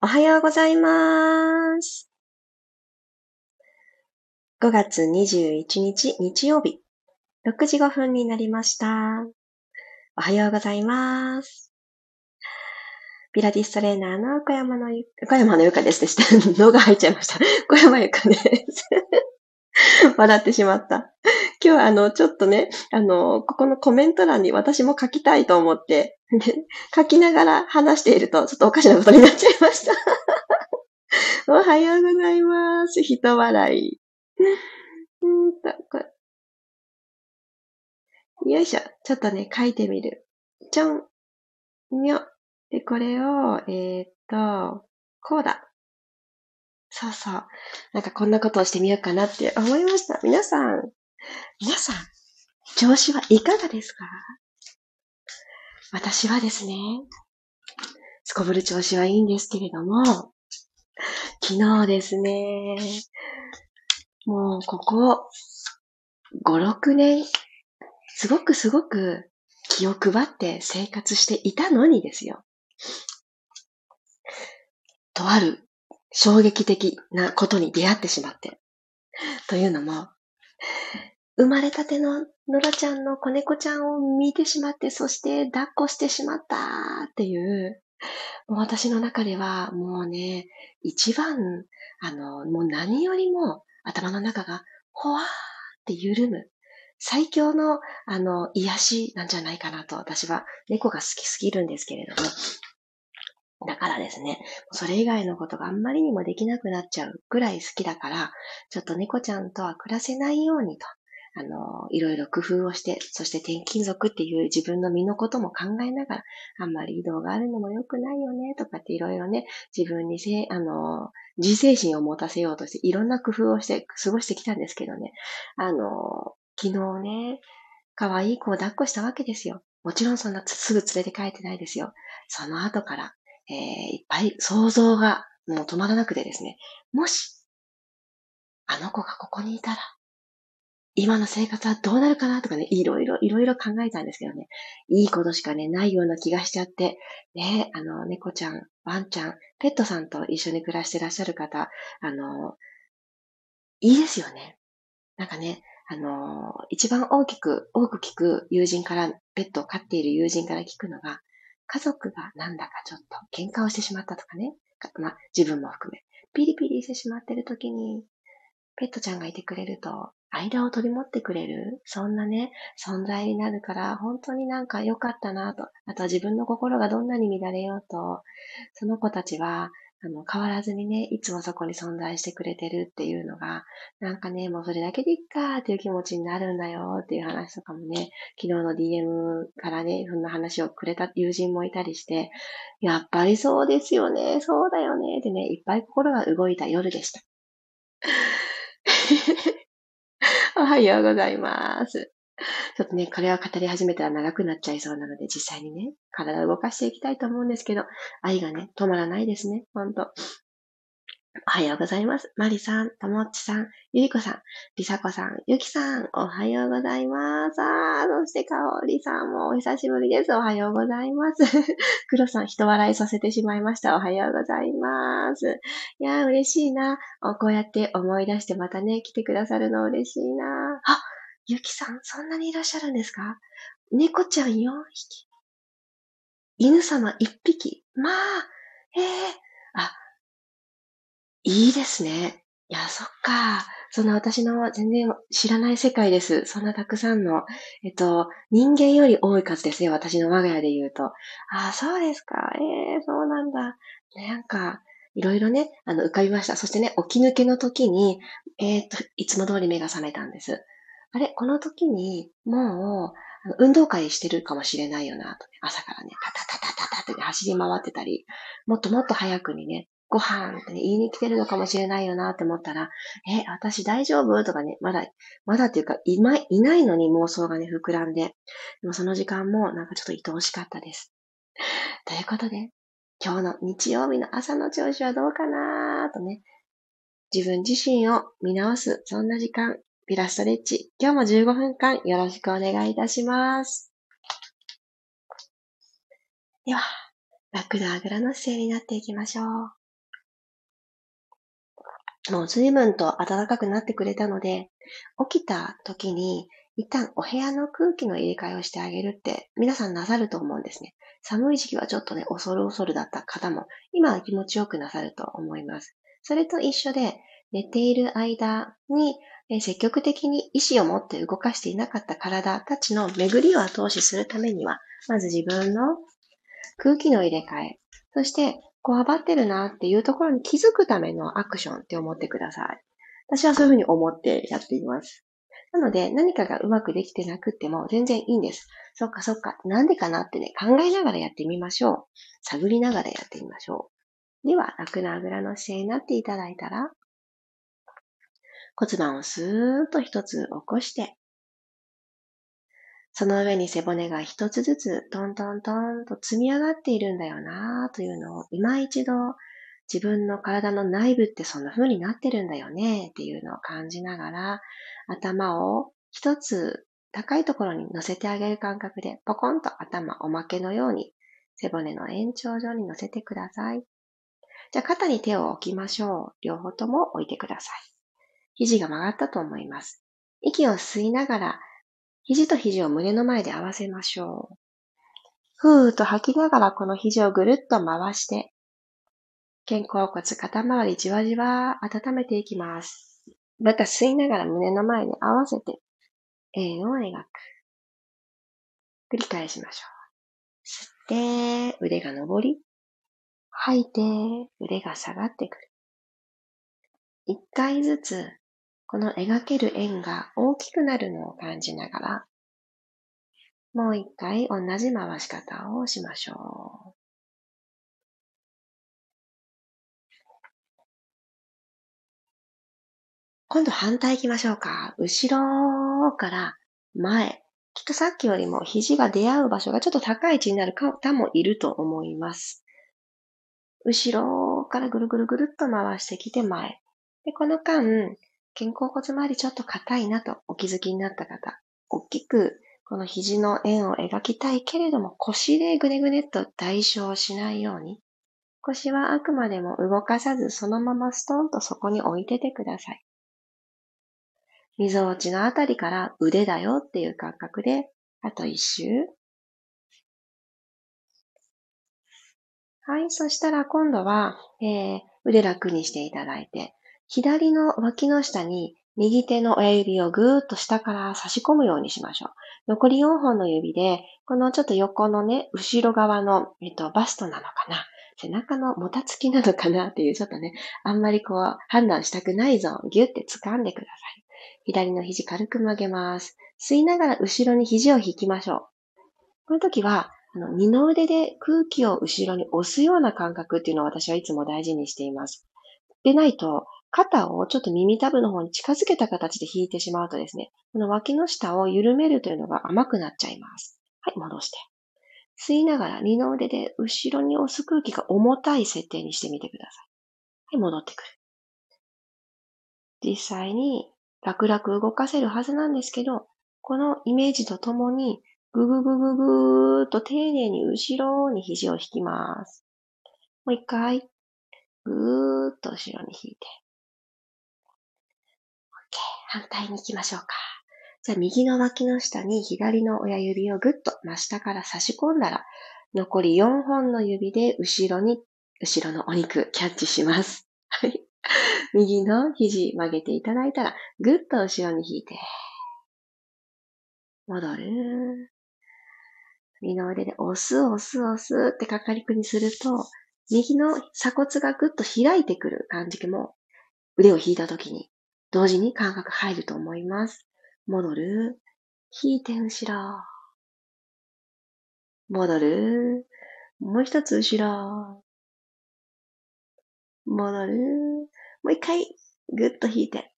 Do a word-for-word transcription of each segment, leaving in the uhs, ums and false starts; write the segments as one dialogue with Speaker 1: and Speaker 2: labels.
Speaker 1: おはようございます。ごがつにじゅういちにち日曜日、ろくじごふんになりました。おはようございます。ピラティストレーナーの小山のゆ、小山のゆかですね。のが入っちゃいました。小山ゆかです。笑ってしまった。今日はあの、ちょっとね、あの、ここのコメント欄に私も書きたいと思って、で書きながら話していると、ちょっとおかしなことになっちゃいました。おはようございます。人笑い。うんと、これよいしょ。ちょっとね、書いてみる。ちょん、にょ。で、これを、えーっと、こうだ。そうそう。なんかこんなことをしてみようかなって思いました。皆さん、皆さん、調子はいかがですか？私はですね、すこぶる調子はいいんですけれども、昨日ですね、もうここご、ろくねん、すごくすごく気を配って生活していたのにですよ。とある衝撃的なことに出会ってしまって。というのも、生まれたてのノラちゃんの子猫ちゃんを見てしまって、そして抱っこしてしまったっていう、もう私の中ではもうね、一番、あの、もう何よりも頭の中がほわーって緩む。最強の、あの、癒しなんじゃないかなと、私は猫が好きすぎるんですけれども。だからですね、それ以外のことがあんまりにもできなくなっちゃうぐらい好きだから、ちょっと猫ちゃんとは暮らせないようにと、あの、いろいろ工夫をして、そして転勤族っていう自分の身のことも考えながら、あんまり移動があるのも良くないよね、とかっていろいろね、自分にせ、あの、自制心を持たせようとして、いろんな工夫をして過ごしてきたんですけどね、あの、昨日ね、可愛い子を抱っこしたわけですよ。もちろんそんなすぐ連れて帰ってないですよ。その後から、えー、いっぱい想像がもう止まらなくてですね、もし、あの子がここにいたら、今の生活はどうなるかなとかね、いろいろ、いろいろ考えたんですけどね、いいことしかね、ないような気がしちゃって、ね、あの、猫ちゃん、ワンちゃん、ペットさんと一緒に暮らしてらっしゃる方、あの、いいですよね。なんかね、あの、一番大きく、多く聞く友人から、ペットを飼っている友人から聞くのが、家族がなんだかちょっと喧嘩をしてしまったとかね。まあ、自分も含め。ピリピリしてしまってる時に、ペットちゃんがいてくれると、間を取り持ってくれる、そんなね、存在になるから、本当になんか良かったなと。あとは自分の心がどんなに乱れようと、その子たちは、あの、変わらずにね、いつもそこに存在してくれてるっていうのが、なんかね、もうそれだけでいっかーっていう気持ちになるんだよっていう話とかもね、昨日の ディーエム からね、そんな話をくれた友人もいたりして、やっぱりそうですよね、そうだよねってね、いっぱい心が動いた夜でした。おはようございます。ちょっとね、これを語り始めたら長くなっちゃいそうなので、実際にね、体を動かしていきたいと思うんですけど、愛がね、止まらないですね、ほんと。おはようございます。マリさん、ともっちさん、ゆりこさん、りさこさん、ゆきさん、おはようございます。あー、そしてかおりさんもお久しぶりです。おはようございます。くろさん、人笑いさせてしまいました。おはようございます。いやー、嬉しいな。こうやって思い出してまたね、来てくださるの嬉しいな。あ、ゆきさん、そんなにいらっしゃるんですか？猫ちゃんよんひき。犬様いっぴき。まあ、ええー、あ、いいですね。いや、そっか。その私の全然知らない世界です。そんなたくさんの、えっと、人間より多い数ですね。私の我が家で言うと。ああ、そうですか。ええー、そうなんだ。ねなんか、いろいろね、あの、浮かびました。そしてね、起き抜けの時に、えっと、いつも通り目が覚めたんです。あれ、この時に、もう、あの運動会してるかもしれないよな、と、ね。朝からね、タタタタタタってね、走り回ってたり、もっともっと早くにね、ご飯ってね、言いに来てるのかもしれないよなって思ったら、え、私大丈夫とかね、まだ、まだっていうか、いま、いないのに妄想がね、膨らんで、でもその時間もなんかちょっと愛おしかったです。ということで、今日の日曜日の朝の調子はどうかなとね、自分自身を見直す、そんな時間、ピラストレッチ、今日もじゅうごふんかんよろしくお願いいたします。では、楽なあぐらの姿勢になっていきましょう。 もう随分と暖かくなってくれたので、起きた時に一旦お部屋の空気の入れ替えをしてあげるって皆さんなさると思うんですね。寒い時期はちょっとね、恐る恐るだった方も今は気持ちよくなさると思います。それと一緒で寝ている間にえ積極的に意志を持って動かしていなかった体たちの巡りを後押しするためには、まず自分の空気の入れ替え、そして、こわばってるなっていうところに気づくためのアクションって思ってください。私はそういうふうに思ってやっています。なので、何かがうまくできてなくっても全然いいんです。そっかそっか、なんでかなってね、考えながらやってみましょう。探りながらやってみましょう。では、楽なあぐらの姿勢になっていただいたら、骨盤をスーッと一つ起こして、その上に背骨が一つずつトントントンと積み上がっているんだよなというのを今一度自分の体の内部ってそんな風になってるんだよねっていうのを感じながら頭を一つ高いところに乗せてあげる感覚でポコンと頭おまけのように背骨の延長上に乗せてください。じゃあ肩に手を置きましょう。両方とも置いてください。肘が曲がったと思います。息を吸いながら肘と肘を胸の前で合わせましょう。ふーっと吐きながらこの肘をぐるっと回して、肩甲骨、肩周りじわじわ温めていきます。また吸いながら胸の前に合わせて円を描く。繰り返しましょう。吸って腕が上り、吐いて腕が下がってくる。一回ずつこの描ける円が大きくなるのを感じながら、もう一回同じ回し方をしましょう。今度反対行きましょうか。後ろから前。きっとさっきよりも肘が出会う場所がちょっと高い位置になる方もいると思います。後ろからぐるぐるぐるっと回してきて前。で、この間、肩甲骨周りちょっと硬いなとお気づきになった方。大きくこの肘の円を描きたいけれども腰でぐねぐねっと代償しないように。腰はあくまでも動かさずそのままストンとそこに置いててください。みぞおちのあたりから腕だよっていう感覚で、あと一周。はい、そしたら今度は、えー、腕楽にしていただいて、左の脇の下に右手の親指をぐーっと下から差し込むようにしましょう。残りよんほんの指で、このちょっと横のね、後ろ側の、えっと、バストなのかな、背中のもたつきなのかなっていう、ちょっとね、あんまりこう、判断したくないゾーン、ギュッて掴んでください。左の肘軽く曲げます。吸いながら後ろに肘を引きましょう。この時は、あの二の腕で空気を後ろに押すような感覚っていうのを私はいつも大事にしています。でないと、肩をちょっと耳たぶの方に近づけた形で引いてしまうとですね、この脇の下を緩めるというのが甘くなっちゃいます。はい、戻して。吸いながら二の腕で後ろに押す空気が重たい設定にしてみてください。はい、戻ってくる。実際に楽々動かせるはずなんですけど、このイメージとともに、ぐぐぐぐぐーっと丁寧に後ろに肘を引きます。もう一回、ぐーっと後ろに引いて。OK。反対に行きましょうか。じゃあ右の脇の下に左の親指をぐっと真下から差し込んだら、残りよんほんの指で後ろに、後ろのお肉キャッチします。はい。右の肘曲げていただいたら、ぐっと後ろに引いて、戻る。右の腕で押す、押す、押すってかかりくにすると、右の鎖骨がぐっと開いてくる感じも、腕を引いたときに、同時に感覚入ると思います。戻る。引いて後ろ。戻る。もう一つ後ろ。戻る。もう一回、ぐっと引いて。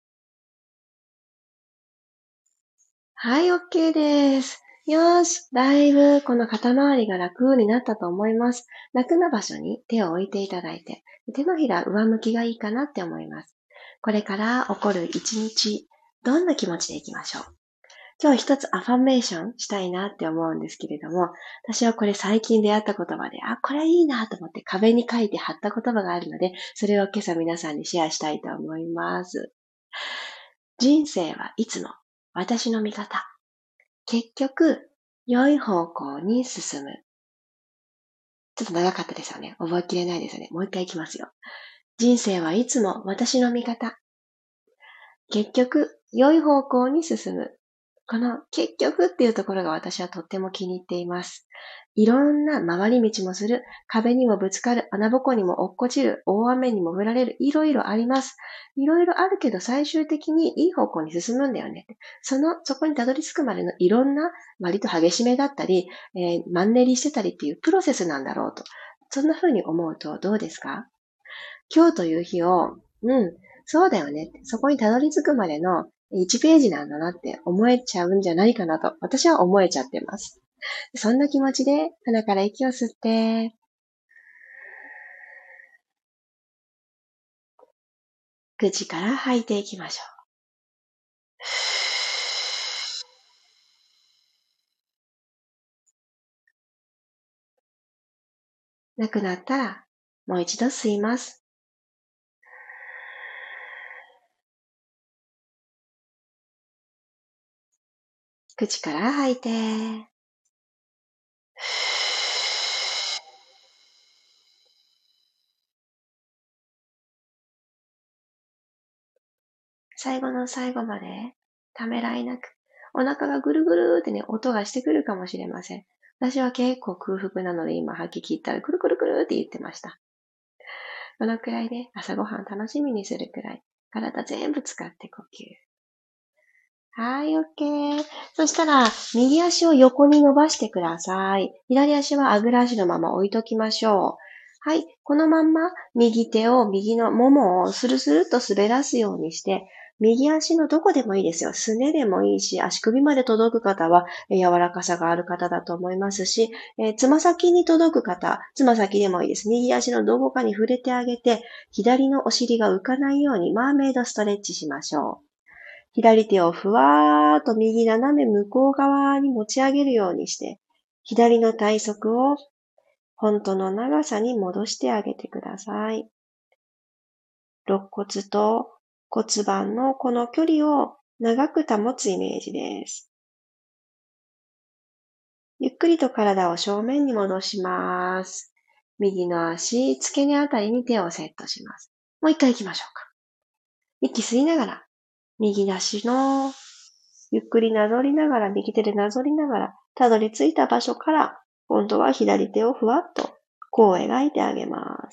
Speaker 1: はい、OK です。よーし、だいぶこの肩周りが楽になったと思います。楽な場所に手を置いていただいて、手のひら上向きがいいかなって思います。これから起こる一日、どんな気持ちでいきましょう。 今日一つアファメーションしたいなって思うんですけれども、私はこれ最近出会った言葉で、あ、これいいなと思って壁に書いて貼った言葉があるので、それを今朝皆さんにシェアしたいと思います。人生はいつも私の味方。結局、良い方向に進む。ちょっと長かったですよね。覚えきれないですよね。もう一回いきますよ。人生はいつも私の味方。結局、良い方向に進む。この結局っていうところが私はとっても気に入っています。いろんな回り道もする、壁にもぶつかる、穴ぼこにも落っこちる、大雨にも降られる、いろいろあります。いろいろあるけど最終的にいい方向に進むんだよね。その、そこにたどり着くまでのいろんな割と激しめだったり、えーマンネリしてたりっていうプロセスなんだろうと。そんな風に思うとどうですか？今日という日を、うん、そうだよね。そこにたどり着くまでのいちページなんだなって思えちゃうんじゃないかなと、私は思えちゃってます。そんな気持ちで鼻から息を吸って、口から吐いていきましょう。なくなったら、もう一度吸います。口から吐いて、最後の最後までためらいなく、お腹がぐるぐるってね、音がしてくるかもしれません。私は結構空腹なので今吐き切ったらくるくるくるって言ってました。このくらいで朝ごはん楽しみにするくらい、体全部使って呼吸。はい、OK。そしたら、右足を横に伸ばしてください。左足はあぐら足のまま置いときましょう。はい、このまんま右手を右のももをスルスルっと滑らすようにして、右足のどこでもいいですよ。すねでもいいし、足首まで届く方はえ柔らかさがある方だと思いますし、えーつま先に届く方、つま先でもいいです。右足のどこかに触れてあげて、左のお尻が浮かないようにマーメイドストレッチしましょう。左手をふわーっと右斜め向こう側に持ち上げるようにして、左の体側を本当の長さに戻してあげてください。肋骨と骨盤のこの距離を長く保つイメージです。ゆっくりと体を正面に戻します。右の足、付け根あたりに手をセットします。もう一回行きましょうか。息吸いながら、右足のゆっくりなぞりながら、右手でなぞりながら、たどり着いた場所から、今度は左手をふわっと、こう描いてあげます。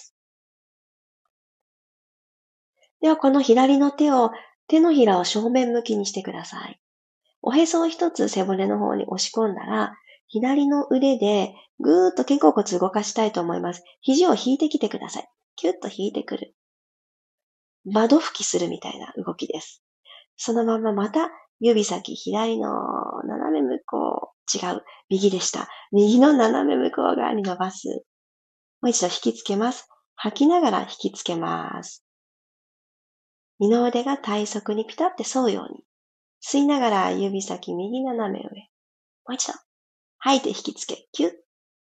Speaker 1: では、この左の手を、手のひらを正面向きにしてください。おへそを一つ背骨の方に押し込んだら、左の腕でぐーっと肩甲骨動かしたいと思います。肘を引いてきてください。キュッと引いてくる。窓拭きするみたいな動きです。そのまままた指先左の斜め向こう、違う、右でした。右の斜め向こう側に伸ばす。もう一度引きつけます。吐きながら引きつけます。二の腕が体側にピタって沿うように。吸いながら指先右斜め上。もう一度。吐いて引きつけ、キュッ。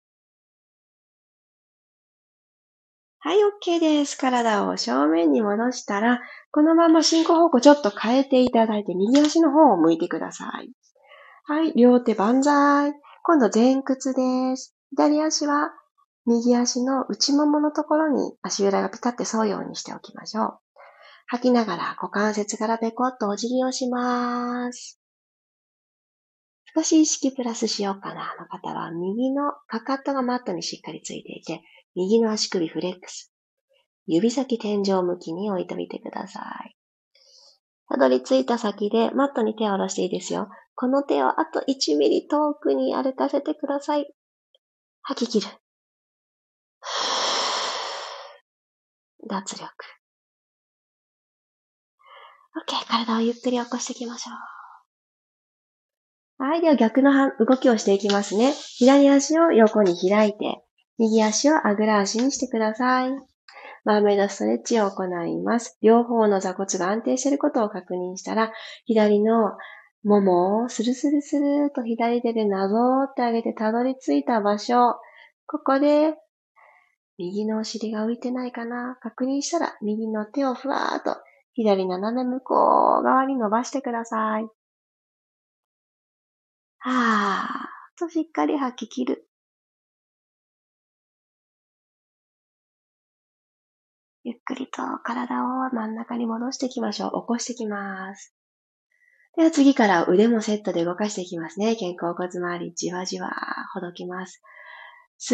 Speaker 1: はい、OK です。体を正面に戻したら、このまま進行方向ちょっと変えていただいて、右足の方を向いてください。はい、両手万歳。今度前屈です。左足は右足の内もものところに足裏がピタッて沿うようにしておきましょう。吐きながら股関節からペコッとお辞儀をします。少し意識プラスしようかなの方は、右のかかとがマットにしっかりついていて、右の足首フレックス。指先天井向きに置いてみてください。たどり着いた先でマットに手を下ろしていいですよ。この手をあといちミリ遠くに歩かせてください。吐き切る。脱力。OK。体をゆっくり起こしていきましょう。はい。では逆の動きをしていきますね。左足を横に開いて、右足をあぐら足にしてください。マーメイドストレッチを行います。両方の座骨が安定していることを確認したら、左のももをスルスルスルと左手でなぞってあげてたどり着いた場所。ここで、右のお尻が浮いてないかな確認したら、右の手をふわーっと左斜め向こう側に伸ばしてください。はーっとしっかり吐き切る。ゆっくりと体を真ん中に戻していきましょう。起こしていきます。では次から腕もセットで動かしていきますね。肩甲骨周りじわじわほどきます。吸って、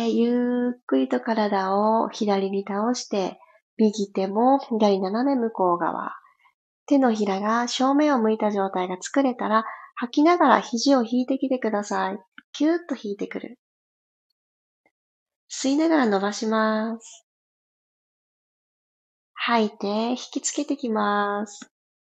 Speaker 1: ゆっくりと体を左に倒して、右手も左斜め向こう側。手のひらが正面を向いた状態が作れたら、吐きながら肘を引いてきてください。キューッと引いてくる。吸いながら伸ばします。吐いて引きつけてきます。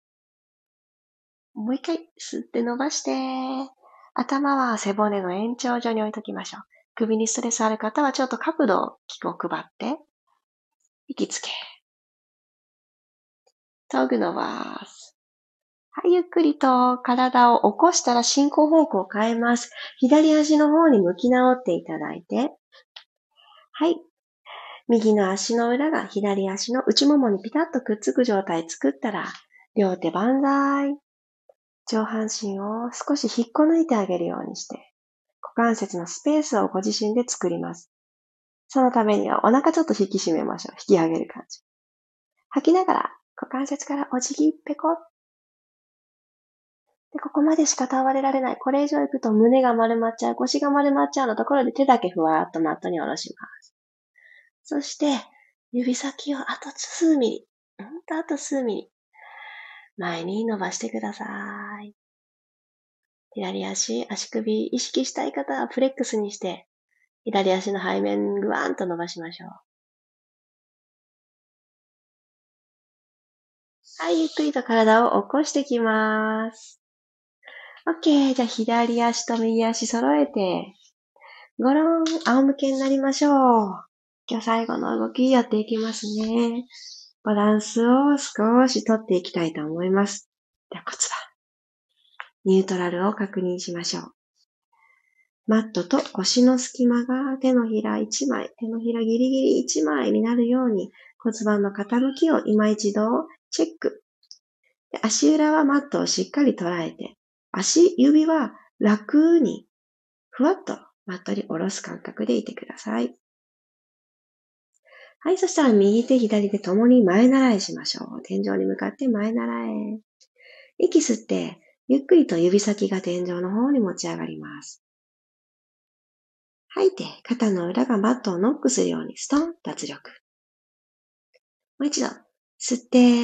Speaker 1: もう一回吸って伸ばして、頭は背骨の延長上に置いときましょう。首にストレスある方はちょっと角度を気を配って、息つけ。遠く伸ばす。はい、ゆっくりと体を起こしたら進行方向を変えます。左足の方に向き直っていただいて、はい。右の足の裏が左足の内ももにピタッとくっつく状態作ったら、両手万歳。上半身を少し引っこ抜いてあげるようにして、股関節のスペースをご自身で作ります。そのためにはお腹ちょっと引き締めましょう。引き上げる感じ。吐きながら股関節からお辞儀ペコッ。で、ここまでしか倒れられない。これ以上行くと胸が丸まっちゃう、腰が丸まっちゃうのところで手だけふわーっとマットに下ろします。そして、指先をあと数ミリ、ほんとあと数ミリ、前に伸ばしてください。左足、足首意識したい方はフレックスにして、左足の背面ぐわーんと伸ばしましょう。はい、ゆっくりと体を起こしてきます。OK。じゃあ左足と右足揃えて、ゴロン、仰向けになりましょう。今日最後の動きやっていきますね。バランスを少しとっていきたいと思います。では骨盤。ニュートラルを確認しましょう。マットと腰の隙間が手のひらいちまい、手のひらギリギリいちまいになるように骨盤の傾きを今一度チェック。で足裏はマットをしっかり捉えて、足指は楽にふわっとマットに下ろす感覚でいてください。はい、そしたら右手左手ともに前習いしましょう。天井に向かって前習え。息吸って、ゆっくりと指先が天井の方に持ち上がります。吐いて、肩の裏がマットをノックするようにストン、脱力。もう一度、吸って、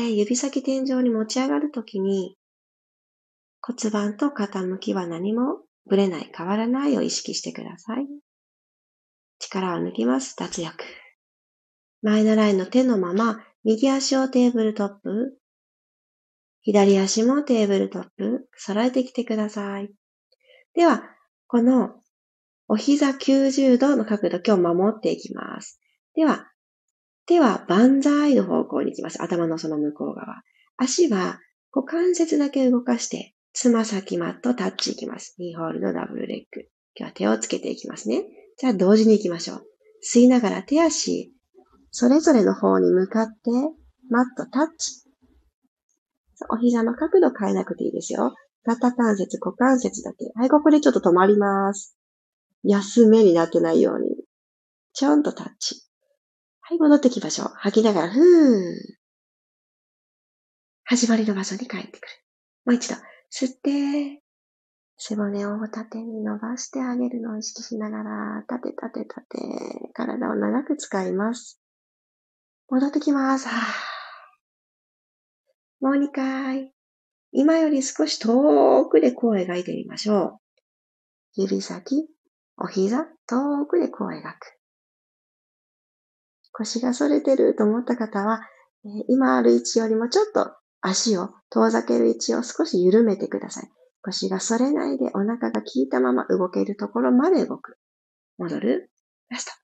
Speaker 1: 指先天井に持ち上がるときに、骨盤と傾きは何もぶれない、変わらないを意識してください。力を抜きます、脱力。前習いの手のまま、右足をテーブルトップ、左足もテーブルトップ、揃えてきてください。では、このお膝きゅうじゅうどの角度、今日守っていきます。では、手は万歳の方向に行きます。頭のその向こう側。足は股関節だけ動かして、つま先マットタッチいきます。ニーホールドダブルレッグ。今日は手をつけていきますね。じゃあ同時に行きましょう。吸いながら手足、それぞれの方に向かって、マットタッチ。お膝の角度変えなくていいですよ。肩関節、股関節だけ。はい、ここでちょっと止まります。休めになってないように。ちょんとタッチ。はい、戻ってきましょう。吐きながら、ふー。始まりの場所に帰ってくる。もう一度、吸って、背骨を縦に伸ばしてあげるのを意識しながら、縦縦縦、体を長く使います。戻ってきます。はーもうにかい。今より少し遠くで弧を描いてみましょう。指先、お膝、遠くで弧を描く。腰が反れてると思った方は、えー今ある位置よりもちょっと足を遠ざける位置を少し緩めてください。腰が反れないでお腹が効いたまま動けるところまで動く。戻る。ラスト。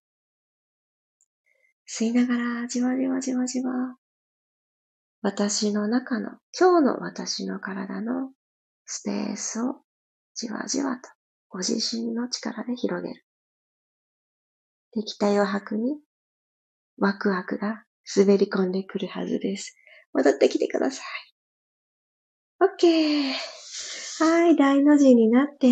Speaker 1: 吸いながらじわじわじわじわ。私の中の、今日の私の体のスペースをじわじわとご自身の力で広げる。で、気体を吐くにワクワクが滑り込んでくるはずです。戻ってきてください。OK。はい、大の字になって、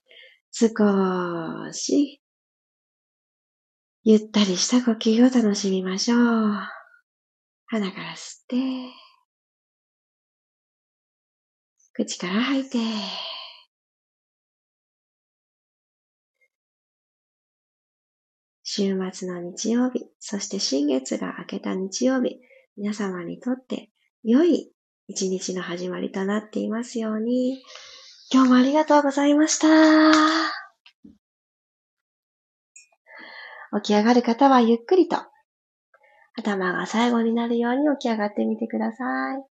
Speaker 1: 少し、ゆったりした呼吸を楽しみましょう。鼻から吸って、口から吐いて、週末の日曜日、そして新月が明けた日曜日、皆様にとって良い一日の始まりとなっていますように、今日もありがとうございました。起き上がる方はゆっくりと、頭が最後になるように起き上がってみてください。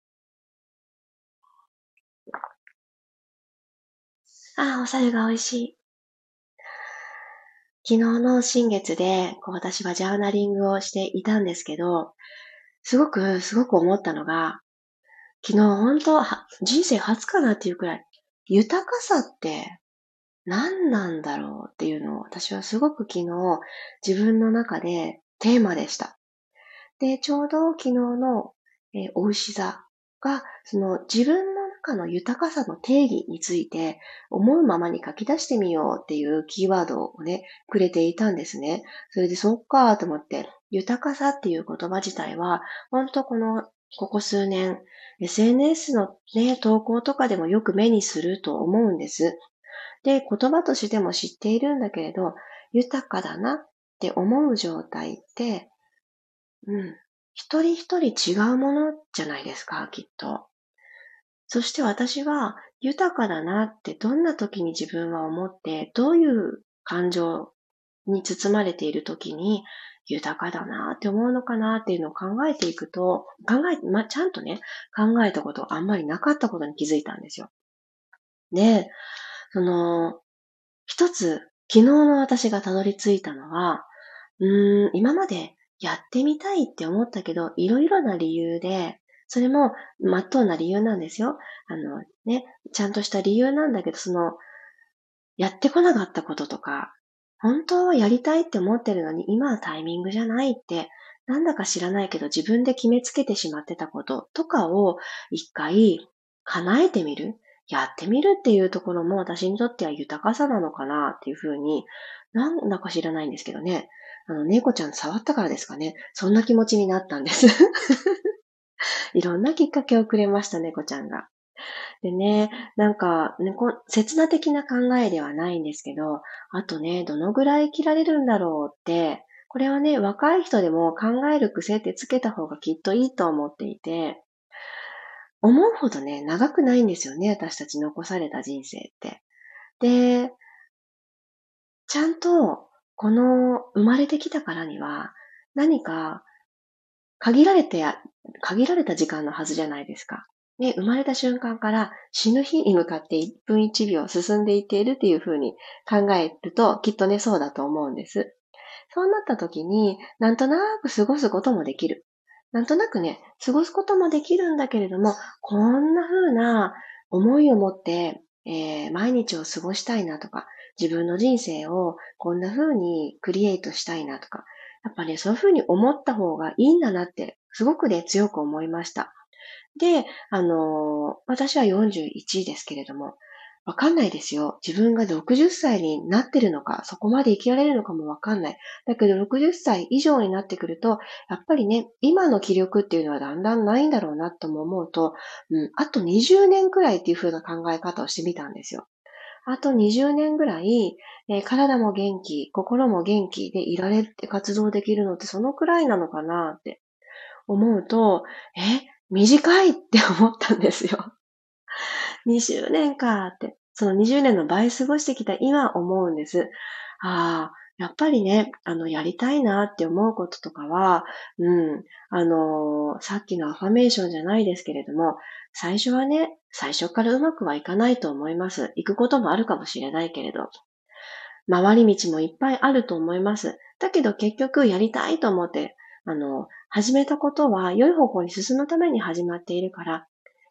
Speaker 1: ああ、おさゆが美味しい。昨日の新月で、こう私はジャーナリングをしていたんですけど、すごく、すごく思ったのが、昨日本当、人生初かなっていうくらい、豊かさって何なんだろうっていうのを私はすごく昨日自分の中でテーマでした。で、ちょうど昨日の、えー、お牛座が、その自分の中の豊かさの定義について思うままに書き出してみようっていうキーワードをね、くれていたんですね。それでそっかーと思って、豊かさっていう言葉自体は、本当この、ここ数年、エスエヌエス のね、投稿とかでもよく目にすると思うんです。で、言葉としても知っているんだけれど、豊かだなって思う状態って、うん。一人一人違うものじゃないですか、きっと。そして私は豊かだなってどんな時に自分は思って、どういう感情に包まれている時に豊かだなって思うのかなっていうのを考えていくと、考え、ま、ちゃんとね、考えたことあんまりなかったことに気づいたんですよ。で、その、一つ、昨日の私がたどり着いたのは、うーん、今までやってみたいって思ったけど、いろいろな理由で、それも真っ当な理由なんですよ。あのね、ちゃんとした理由なんだけど、その、やってこなかったこととか、本当はやりたいって思ってるのに、今はタイミングじゃないって、なんだか知らないけど自分で決めつけてしまってたこととかを一回叶えてみる、やってみるっていうところも私にとっては豊かさなのかなっていうふうに、なんだか知らないんですけどね。あの、猫ちゃん触ったからですかね。そんな気持ちになったんです。いろんなきっかけをくれました、猫ちゃんが。でね、なんか、ね、こ刹那的な考えではないんですけど、あとね、どのぐらい生きられるんだろうって、これはね、若い人でも考える癖ってつけた方がきっといいと思っていて、思うほどね、長くないんですよね、私たち残された人生って。で、ちゃんと、この生まれてきたからには、何か限られてや、限られた時間のはずじゃないですか。ね、生まれた瞬間から死ぬ日に向かっていっぷんいちびょう進んでいっているっていうふうに考えると、きっとね、そうだと思うんです。そうなった時に、なんとなく過ごすこともできる。なんとなくね、過ごすこともできるんだけれども、こんな風な思いを持って、えー毎日を過ごしたいなとか、自分の人生をこんな風にクリエイトしたいなとか、やっぱね、そういう風に思った方がいいんだなって、すごくね、強く思いました。で、あの、私はよんじゅういちですけれども、わかんないですよ。自分がろくじゅっさいになってるのか、そこまで生きられるのかもわかんない。だけどろくじゅっさい以上になってくると、やっぱりね、今の気力っていうのはだんだんないんだろうなとも思うと、うん、あとにじゅうねんくらいっていう風な考え方をしてみたんですよ。あとにじゅうねんぐらい、えー体も元気、心も元気でいられて活動できるのってそのくらいなのかなって思うと、え、短いって思ったんですよ。にじゅうねんかって。そのにじゅうねんの倍過ごしてきた今思うんです。ああ、やっぱりね、あの、やりたいなって思うこととかは、うん、あの、さっきのアファメーションじゃないですけれども、最初はね、最初からうまくはいかないと思います。行くこともあるかもしれないけれど。回り道もいっぱいあると思います。だけど結局やりたいと思って、あの、始めたことは良い方向に進むために始まっているから、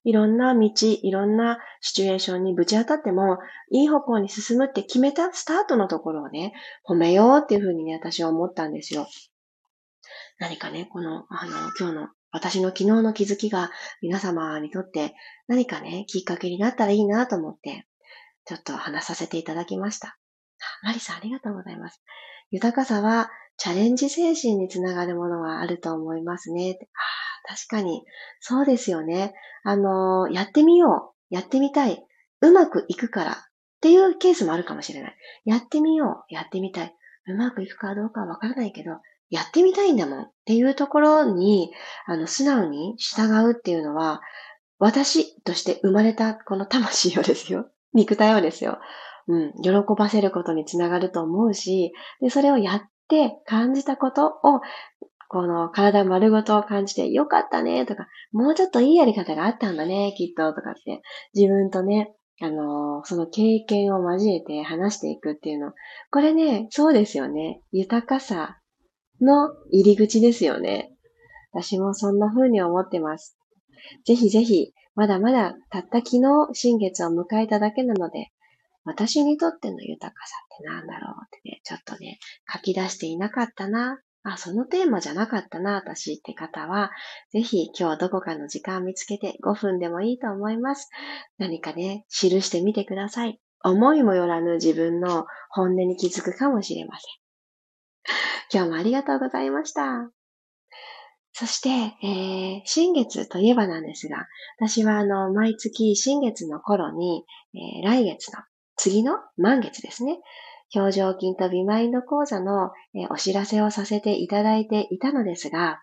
Speaker 1: いろんな道、いろんなシチュエーションにぶち当たっても、いい方向に進むって決めたスタートのところをね、褒めようっていうふうにね、私は思ったんですよ。何かね、この、あの、今日の私の昨日の気づきが皆様にとって何かね、きっかけになったらいいなと思って、ちょっと話させていただきました。マリさんありがとうございます。豊かさはチャレンジ精神につながるものはあると思いますね。ああ、確かに。そうですよね。あの、やってみよう。やってみたい。うまくいくからっていうケースもあるかもしれない。やってみよう。やってみたい。うまくいくかどうかはわからないけど、やってみたいんだもんっていうところに、あの、素直に従うっていうのは、私として生まれたこの魂をですよ。肉体をですよ。うん、喜ばせることにつながると思うし、で、それをやって感じたことを、この体丸ごと感じてよかったねとか、もうちょっといいやり方があったんだね、きっととかって、自分とね、あのその経験を交えて話していくっていうの。これね、そうですよね。豊かさの入り口ですよね。私もそんな風に思ってます。ぜひぜひ、まだまだたった昨日新月を迎えただけなので、私にとっての豊かさって何だろうってね、ちょっとね、書き出していなかったな。あ、そのテーマじゃなかったな、私って方は、ぜひ今日どこかの時間見つけてごふんでもいいと思います。何かね、記してみてください。思いもよらぬ自分の本音に気づくかもしれません。今日もありがとうございました。そして、えー、新月といえばなんですが、私はあの、毎月新月の頃に、えー、来月の次の満月ですね。表情筋とビマインド講座の、えー、お知らせをさせていただいていたのですが、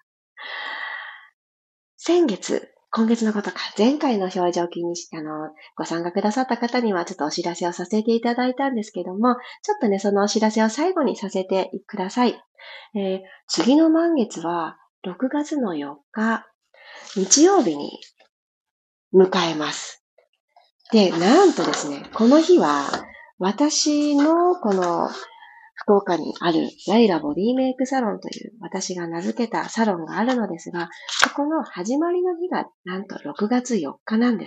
Speaker 1: 先月、今月のことか、前回の表情筋にあの、ご参加くださった方にはちょっとお知らせをさせていただいたんですけども、ちょっとね、そのお知らせを最後にさせてください。えー、次の満月は、ろくがつのよっか、日曜日に迎えます。で、なんとですね、この日は、私のこの福岡にあるライラボディメイクサロンという私が名付けたサロンがあるのですが、そこの始まりの日がなんとろくがつよっかなんです。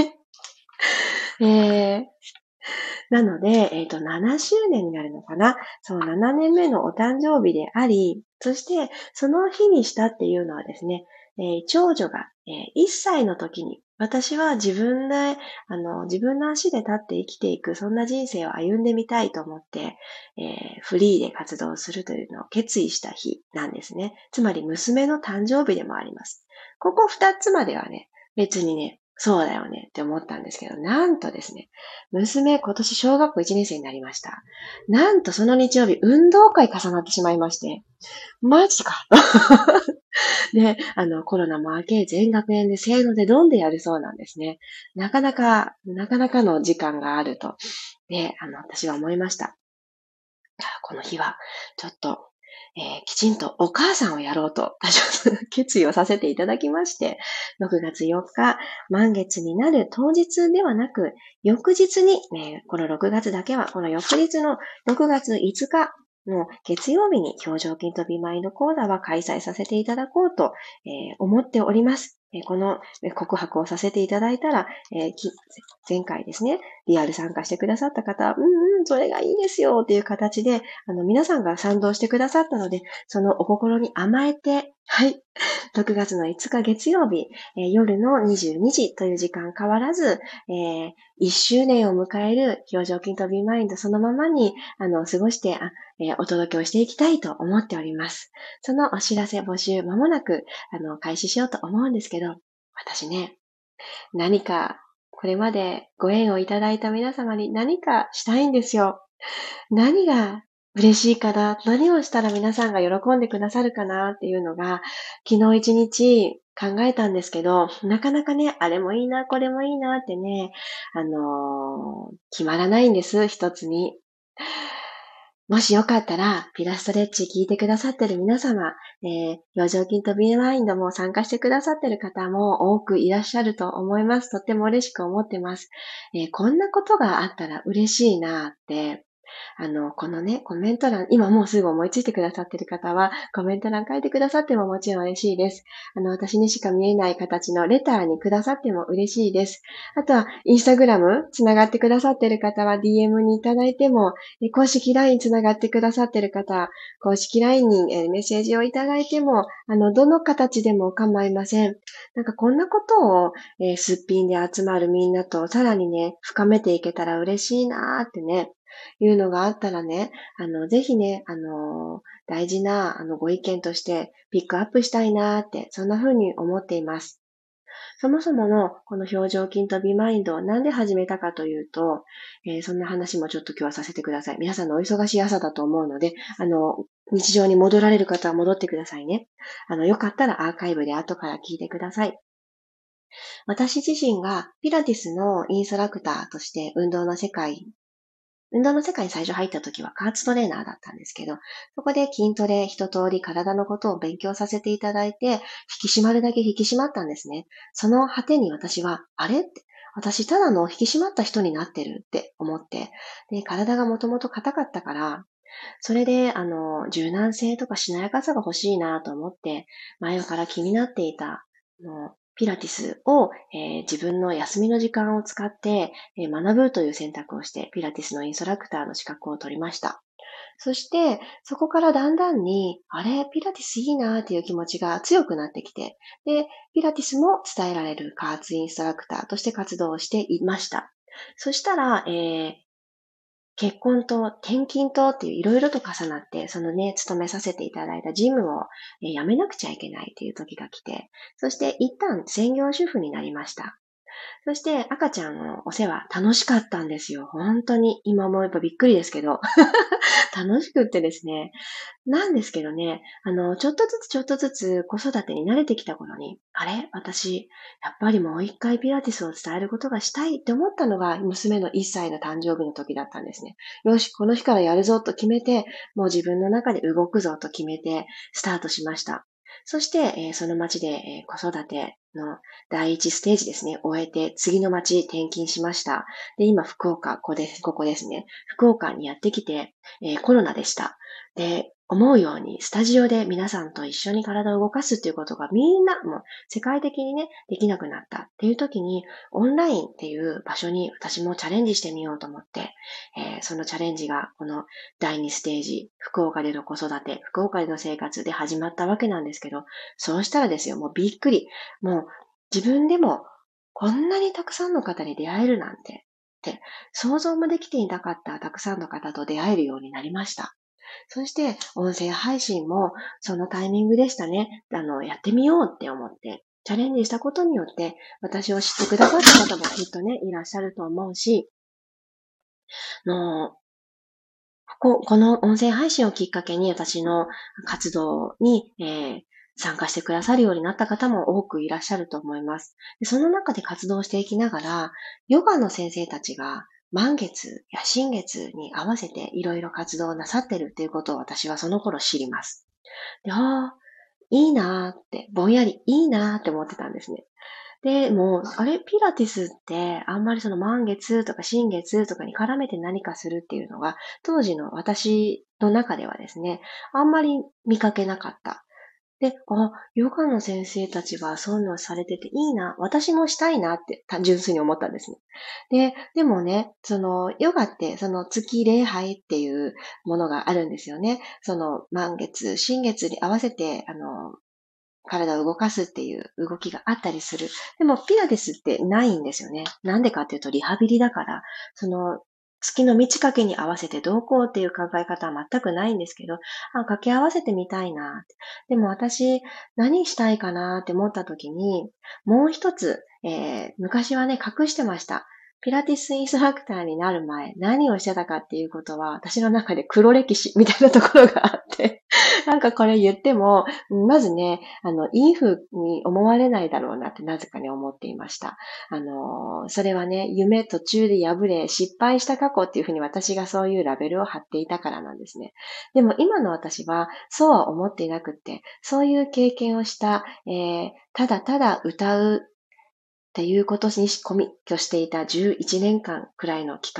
Speaker 1: えー、なので、えっと、ななしゅうねんになるのかな。そう、ななねんめのお誕生日であり、そしてその日にしたっていうのはですね、えー長女が、えーいっさいの時に、私は自分で、あの、自分の足で立って生きていく、そんな人生を歩んでみたいと思って、えーフリーで活動するというのを決意した日なんですね。つまり娘の誕生日でもあります。ここふたつまではね、別にね、そうだよねって思ったんですけど、なんとですね、娘今年小学校いちねん生になりました。なんとその日曜日、運動会重なってしまいまして、マジかで、あの、コロナも明け、全学園で制度でどんでやるそうなんですね。なかなか、なかなかの時間があると。で、あの、私は思いました。この日は、ちょっと、えーきちんとお母さんをやろうと、決意をさせていただきまして、ろくがつよっか、満月になる当日ではなく、翌日に、ね、このろくがつだけは、この翌日のろくがついつかの月曜日に表情筋とビマインド講座は開催させていただこうと、えー思っております。えーこのえー告白をさせていただいたら、えーき前回ですね、リアル参加してくださった方、うんうん、それがいいですよっていう形で、あの、皆さんが賛同してくださったので、そのお心に甘えて、はい、ろくがつのいつか月曜日、えー夜のにじゅうにじという時間変わらず、えーいっしゅうねんを迎える表情筋とビーマインドそのままに、あの、過ごして、あえーお届けをしていきたいと思っております。そのお知らせ募集まもなく、あの、開始しようと思うんですけど、私ね、何か、これまでご縁をいただいた皆様に何かしたいんですよ。何が嬉しいかな、何をしたら皆さんが喜んでくださるかなっていうのが、昨日一日考えたんですけど、なかなかね、あれもいいな、これもいいなってね、あのー決まらないんです、一つに。もしよかったら、ピラストレッチ聞いてくださってる皆様、えー、表情筋とビーマインドも参加してくださってる方も多くいらっしゃると思います。とっても嬉しく思ってます。えーこんなことがあったら嬉しいなって、 あの、このね、コメント欄、今もうすぐ思いついてくださってる方は、コメント欄書いてくださってももちろん嬉しいです。あの、私にしか見えない形のレターにくださっても嬉しいです。あとは、インスタグラムつながってくださってる方は ディーエム にいただいても、え公式 ライン つながってくださってる方、公式 ライン にえメッセージをいただいても、あの、どの形でも構いません。なんかこんなことを、えーすっぴんで集まるみんなとさらにね、深めていけたら嬉しいなーってね、いうのがあったらね、あの、ぜひね、あの、大事な、あの、ご意見としてピックアップしたいなーって、そんな風に思っています。そもそものこの表情筋とビマインドをなんで始めたかというと、えーそんな話もちょっと今日はさせてください。皆さんのお忙しい朝だと思うので、あの、日常に戻られる方は戻ってくださいね。あの、よかったらアーカイブで後から聞いてください。私自身がピラティスのインストラクターとして運動の世界運動の世界に最初入った時は加圧トレーナーだったんですけど、そこで筋トレ、一通り体のことを勉強させていただいて、引き締まるだけ引き締まったんですね。その果てに私は、あれって、私ただの引き締まった人になってるって思って、で、体がもともと硬かったから、それで、あの、柔軟性とかしなやかさが欲しいなと思って、前から気になっていた、あのピラティスを、えー自分の休みの時間を使って、えー学ぶという選択をして、ピラティスのインストラクターの資格を取りました。そして、そこからだんだんに、あれ、ピラティスいいなっていう気持ちが強くなってきて、で、ピラティスも伝えられる加圧インストラクターとして活動をしていました。そしたら、えー結婚と転勤とっていういろいろと重なって、そのね、勤めさせていただいたジムをえー辞めなくちゃいけないという時が来て、そして一旦専業主婦になりました。そして赤ちゃんのお世話楽しかったんですよ。本当に今思えばびっくりですけど。楽しくってですね。なんですけどね、あの、ちょっとずつちょっとずつ子育てに慣れてきた頃に、あれ私、やっぱりもう一回ピラティスを伝えることがしたいって思ったのが娘のいっさいの誕生日の時だったんですね。よし、この日からやるぞと決めて、もう自分の中で動くぞと決めてスタートしました。そして、えーその町で、えー子育ての第一ステージですね、終えて次の町転勤しました。で、今福岡、ここです、ここですね。福岡にやってきて、えーコロナでした。で、思うようにスタジオで皆さんと一緒に体を動かすっていうことがみんなもう世界的にね、できなくなったっていう時に、オンラインっていう場所に私もチャレンジしてみようと思って、えーそのチャレンジがこのだいにステージ、福岡での子育て、福岡での生活で始まったわけなんですけど、そうしたらですよ、もうびっくり。もう自分でもこんなにたくさんの方に出会えるなんて、って想像もできていなかったたくさんの方と出会えるようになりました。そして、音声配信もそのタイミングでしたね。あの、やってみようって思って、チャレンジしたことによって、私を知ってくださった方もきっとね、いらっしゃると思うし、のここの音声配信をきっかけに私の活動に、えー参加してくださるようになった方も多くいらっしゃると思います。でその中で活動していきながら、ヨガの先生たちが満月や新月に合わせていろいろ活動をなさってるっていうことを私はその頃知ります。で、ああ、いいなーって、ぼんやりいいなーって思ってたんですね。で、もう、あれ、ピラティスってあんまりその満月とか新月とかに絡めて何かするっていうのが、当時の私の中ではですね、あんまり見かけなかった。で、あ、ヨガの先生たちがそういうのをされてていいな、私もしたいなって単純粋に思ったんですね。で、でもね、その、ヨガって、その月礼拝っていうものがあるんですよね。その満月、新月に合わせて、あの、体を動かすっていう動きがあったりする。でも、ピラティスってないんですよね。なんでかっていうと、リハビリだから、その、月の満ち欠けに合わせてどうこうっていう考え方は全くないんですけど、あ、掛け合わせてみたいなって。でも私、何したいかなって思った時に、もう一つ、えー昔はね、隠してました。ピラティスインストラクターになる前、何をしてたかっていうことは、私の中で黒歴史みたいなところがあって、なんかこれ言っても、まずね、あの、いい風に思われないだろうなってなぜかね、思っていました。あの、それはね、夢途中で破れ、失敗した過去っていうふうに私がそういうラベルを貼っていたからなんですね。でも今の私はそうは思っていなくって、そういう経験をした、えーただただ歌うっていうことにコミットしていたじゅういちねんかんくらいの期間。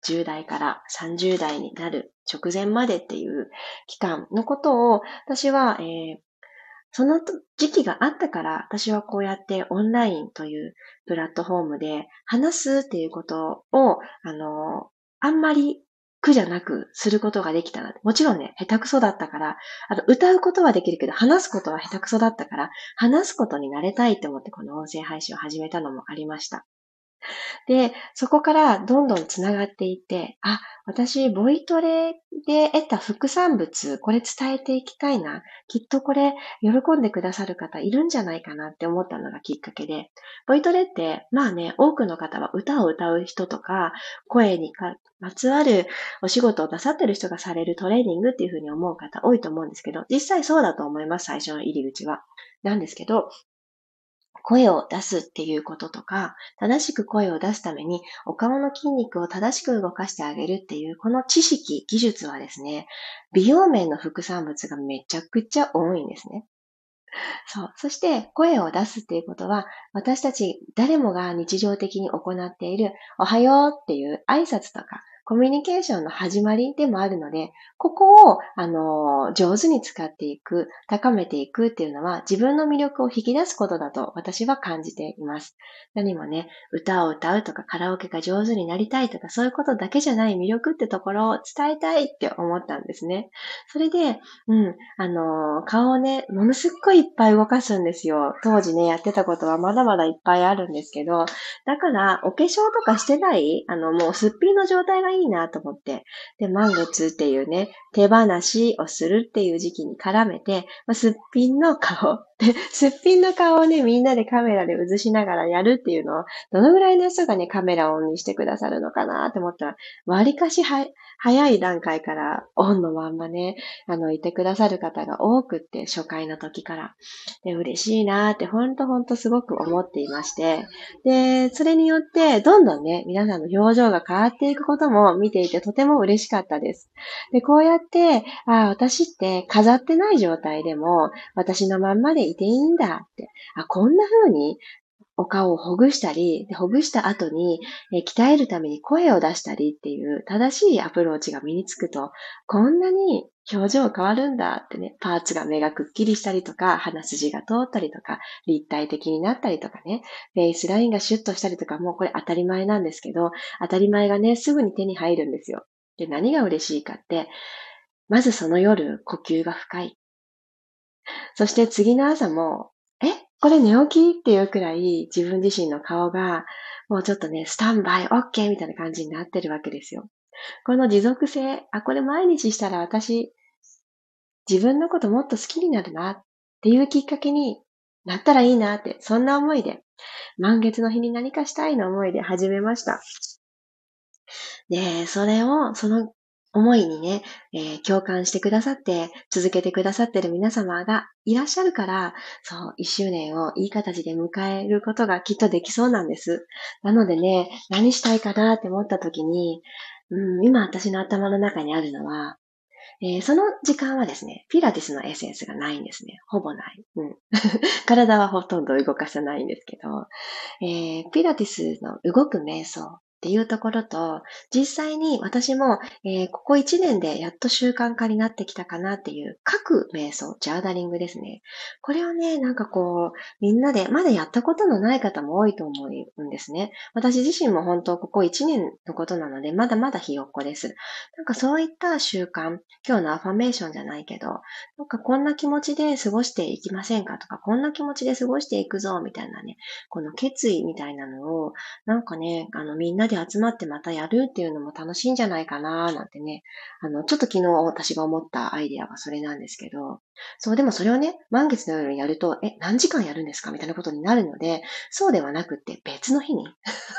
Speaker 1: じゅう代からさんじゅう代になる直前までっていう期間のことを、私は、えーその時期があったから、私はこうやってオンラインというプラットフォームで話すっていうことを、あの、あんまり苦じゃなくすることができたな。もちろんね、下手くそだったから、あと歌うことはできるけど、話すことは下手くそだったから、話すことになれたいと思ってこの音声配信を始めたのもありました。で、そこからどんどんつながっていって、あ、私、ボイトレで得た副産物、これ伝えていきたいな。きっとこれ、喜んでくださる方いるんじゃないかなって思ったのがきっかけで、ボイトレって、まあね、多くの方は歌を歌う人とか、声にかまつわるお仕事をなさってる人がされるトレーニングっていうふうに思う方多いと思うんですけど、実際そうだと思います、最初の入り口は。なんですけど、声を出すっていうこととか、正しく声を出すためにお顔の筋肉を正しく動かしてあげるっていう、この知識、技術はですね、美容面の副産物がめちゃくちゃ多いんですね。そう。そして声を出すっていうことは、私たち誰もが日常的に行っているおはようっていう挨拶とか、コミュニケーションの始まりでもあるので、ここを、あの、上手に使っていく、高めていくっていうのは自分の魅力を引き出すことだと私は感じています。何もね、歌を歌うとかカラオケが上手になりたいとかそういうことだけじゃない魅力ってところを伝えたいって思ったんですね。それで、うん、あの、顔をね、ものすっごいいっぱい動かすんですよ。当時ね、やってたことはまだまだいっぱいあるんですけど、だから、お化粧とかしてない、あの、もうすっぴんの状態がいいなと思って、で、満月っていうね、手放しをするっていう時期に絡めて、まあ、すっぴんの顔、で、すっぴんの顔をね、みんなでカメラで映しながらやるっていうのを、どのぐらいの人がね、カメラをオンにしてくださるのかなって思ったら、割かしは早い段階からオンのまんまね、あの、いてくださる方が多くって、初回の時から。で、嬉しいなーって、ほんとほんとすごく思っていまして、で、それによって、どんどんね、皆さんの表情が変わっていくことも見ていてとても嬉しかったです。で、こうやって、ああ、私って飾ってない状態でも、私のまんまでいていいんだって、あ、こんな風にお顔をほぐしたり、でほぐした後に、えー鍛えるために声を出したりっていう正しいアプローチが身につくと、こんなに表情変わるんだってね、パーツが目がくっきりしたりとか、鼻筋が通ったりとか、立体的になったりとかね、フェイスラインがシュッとしたりとか、もうこれ当たり前なんですけど、当たり前がね、すぐに手に入るんですよ。で、何が嬉しいかって、まずその夜、呼吸が深い。そして次の朝も、え、これ寝起きっていうくらい自分自身の顔が、もうちょっとね、スタンバイ、オッケーみたいな感じになってるわけですよ。この持続性、あ、これ毎日したら私、自分のこともっと好きになるなっていうきっかけになったらいいなって、そんな思いで、満月の日に何かしたいの思いで始めました。で、それを、その思いにね、えー共感してくださって、続けてくださってる皆様がいらっしゃるから、そう、いっしゅうねんをいい形で迎えることがきっとできそうなんです。なのでね、何したいかなって思った時に、うん、今私の頭の中にあるのは、えーその時間はですね、ピラティスのエッセンスがないんですね。ほぼない。うん。体はほとんど動かさないんですけど、えーピラティスの動く瞑想っていうところと、実際に私も、えーここいちねんでやっと習慣化になってきたかなっていう書く瞑想、ジャーナリングですね。これをね、なんかこう、みんなで、まだやったことのない方も多いと思うんですね。私自身も本当ここいちねんのことなので、まだまだひよっこです。なんかそういった習慣、今日のアファメーションじゃないけど、なんかこんな気持ちで過ごしていきませんかとか、こんな気持ちで過ごしていくぞ、みたいなね、この決意みたいなのを、なんかね、あの、みんなで集まってまたやるっていうのも楽しいんじゃないかな、なんてね、あの、ちょっと昨日私が思ったアイデアがそれなんですけど、そう、でもそれをね、満月の夜にやると、え、何時間やるんですかみたいなことになるので、そうではなくって別の日に、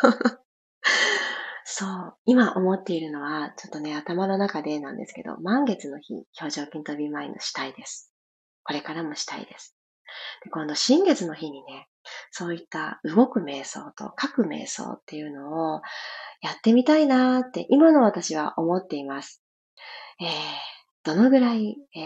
Speaker 1: そう、今思っているのは、ちょっとね、頭の中でなんですけど、満月の日、表情筋とビマインドしたいです。これからもしたいです。で、今度新月の日にね、そういった動く瞑想と書く瞑想っていうのをやってみたいなーって今の私は思っています。えー、どのぐらい、えー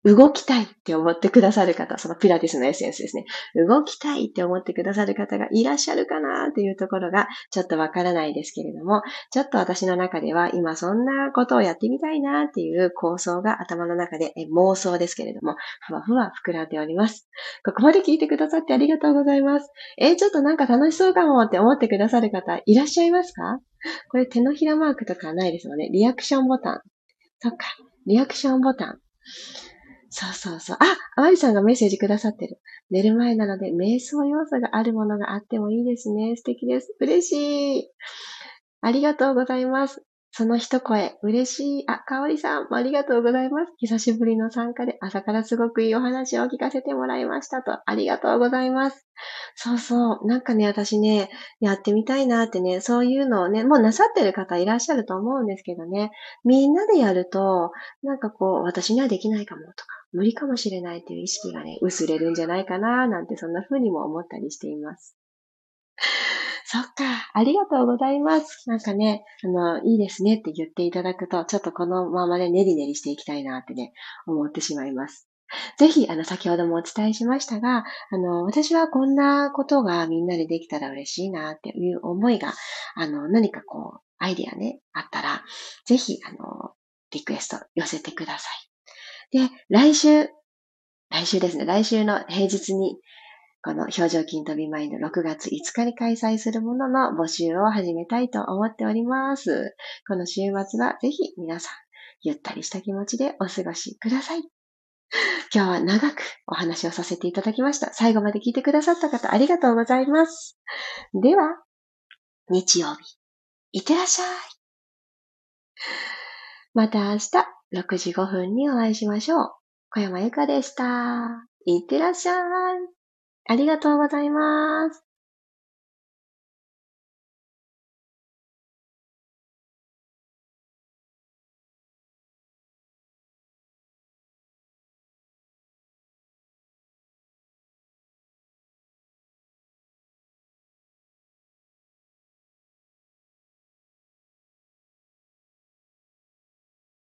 Speaker 1: 動きたいって思ってくださる方、そのピラティスのエッセンスですね。動きたいって思ってくださる方がいらっしゃるかなっていうところがちょっとわからないですけれども、ちょっと私の中では今そんなことをやってみたいなっていう構想が頭の中で、え妄想ですけれども、ふわふわ膨らんでおります。ここまで聞いてくださってありがとうございます。えーちょっとなんか楽しそうかもって思ってくださる方いらっしゃいますか？これ手のひらマークとかはないですよね。リアクションボタン。そっか。リアクションボタン。そうそうそう。あ、あまりさんがメッセージくださってる。寝る前なので、瞑想要素があるものがあってもいいですね。素敵です。嬉しい。ありがとうございます。その一声、嬉しい。あ、かおりさんもありがとうございます。久しぶりの参加で朝からすごくいいお話を聞かせてもらいましたと。ありがとうございます。そうそう。なんかね、私ね、やってみたいなってね、そういうのをね、もうなさってる方いらっしゃると思うんですけどね、みんなでやると、なんかこう、私にはできないかもとか、無理かもしれないっていう意識がね、薄れるんじゃないかな、なんてそんな風にも思ったりしています。そっか、ありがとうございます。なんかね、あの、いいですねって言っていただくと、ちょっとこのままね、ねりねりしていきたいなってね、思ってしまいます。ぜひ、あの、先ほどもお伝えしましたが、あの、私はこんなことがみんなでできたら嬉しいなっていう思いが、あの、何かこう、アイディアね、あったら、ぜひ、あの、リクエスト寄せてください。で、来週、来週ですね、来週の平日に、この表情筋飛びマインドろくがついつかに開催するものの募集を始めたいと思っております。この週末はぜひ皆さん、ゆったりした気持ちでお過ごしください。今日は長くお話をさせていただきました。最後まで聞いてくださった方ありがとうございます。では、日曜日、いってらっしゃい。また明日ろくじごふんにお会いしましょう。小山由かでした。いってらっしゃい。ありがとうございます。